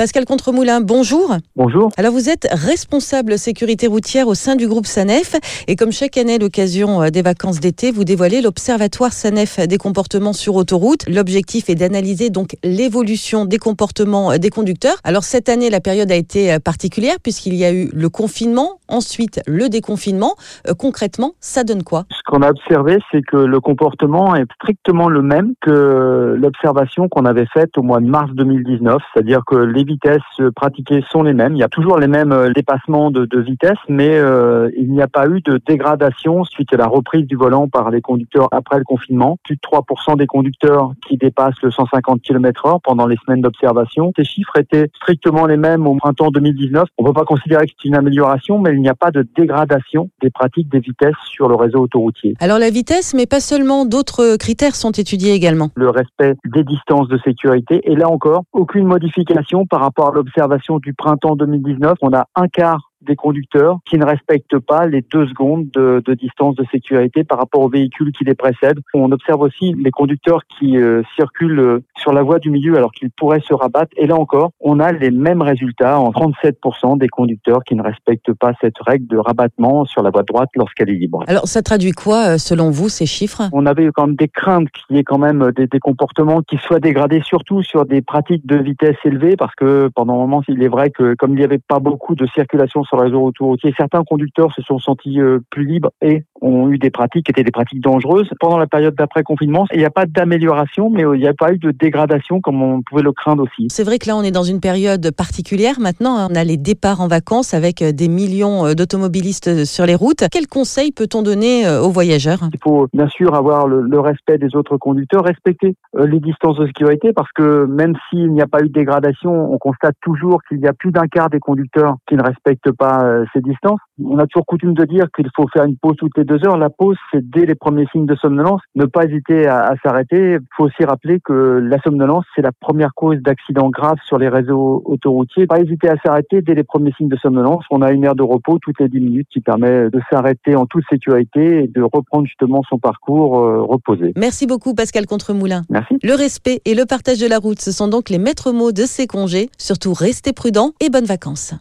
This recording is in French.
Pascal Contremoulin, bonjour. Bonjour. Alors vous êtes responsable sécurité routière au sein du groupe SANEF et comme chaque année à l'occasion des vacances d'été, vous dévoilez l'observatoire SANEF des comportements sur autoroute. L'objectif est d'analyser donc l'évolution des comportements des conducteurs. Alors cette année, la période a été particulière puisqu'il y a eu le confinement, ensuite le déconfinement. Concrètement, ça donne quoi? Ce qu'on a observé, c'est que le comportement est strictement le même que l'observation qu'on avait faite au mois de mars 2019, c'est-à-dire que les vitesses pratiquées sont les mêmes. Il y a toujours les mêmes dépassements de vitesse, mais il n'y a pas eu de dégradation suite à la reprise du volant par les conducteurs après le confinement. Plus de 3% des conducteurs qui dépassent le 150 km/h pendant les semaines d'observation. Ces chiffres étaient strictement les mêmes au printemps 2019. On ne peut pas considérer que c'est une amélioration, mais il n'y a pas de dégradation des pratiques des vitesses sur le réseau autoroutier. Alors la vitesse, mais pas seulement, d'autres critères sont étudiés également. Le respect des distances de sécurité. Et là encore, aucune modification par rapport à l'observation du printemps 2019. On a un quart des conducteurs qui ne respectent pas les 2 secondes de distance de sécurité par rapport aux véhicules qui les précèdent. On observe aussi les conducteurs qui circulent sur la voie du milieu alors qu'ils pourraient se rabattre. Et là encore, on a les mêmes résultats en 37% des conducteurs qui ne respectent pas cette règle de rabattement sur la voie droite lorsqu'elle est libre. Alors ça traduit quoi selon vous ces chiffres? On avait quand même des craintes qu'il y ait quand même des comportements qui soient dégradés, surtout sur des pratiques de vitesse élevée, parce que pendant un moment, il est vrai que comme il n'y avait pas beaucoup de circulation sur le réseau autoroutier, certains conducteurs se sont sentis plus libres et ont eu des pratiques qui étaient des pratiques dangereuses. Pendant la période d'après-confinement, il n'y a pas d'amélioration, mais il n'y a pas eu de dégradation comme on pouvait le craindre aussi. C'est vrai que là, on est dans une période particulière. Maintenant, on a les départs en vacances avec des millions d'automobilistes sur les routes. Quels conseils peut-on donner aux voyageurs? Il faut bien sûr avoir le respect des autres conducteurs, respecter les distances de sécurité, parce que même s'il n'y a pas eu de dégradation, on constate toujours qu'il y a plus d'un quart des conducteurs qui ne respectent pas ces distances. On a toujours coutume de dire qu'il faut faire une pause toutes les 2 heures. La pause, c'est dès les premiers signes de somnolence. Ne pas hésiter à s'arrêter. Il faut aussi rappeler que la somnolence, c'est la première cause d'accidents graves sur les réseaux autoroutiers. Pas hésiter à s'arrêter dès les premiers signes de somnolence. On a une heure de repos toutes les 10 minutes qui permet de s'arrêter en toute sécurité et de reprendre justement son parcours reposé. Merci beaucoup Pascal Contremoulin. Merci. Le respect et le partage de la route, ce sont donc les maîtres mots de ces congés. Surtout restez prudents et bonnes vacances.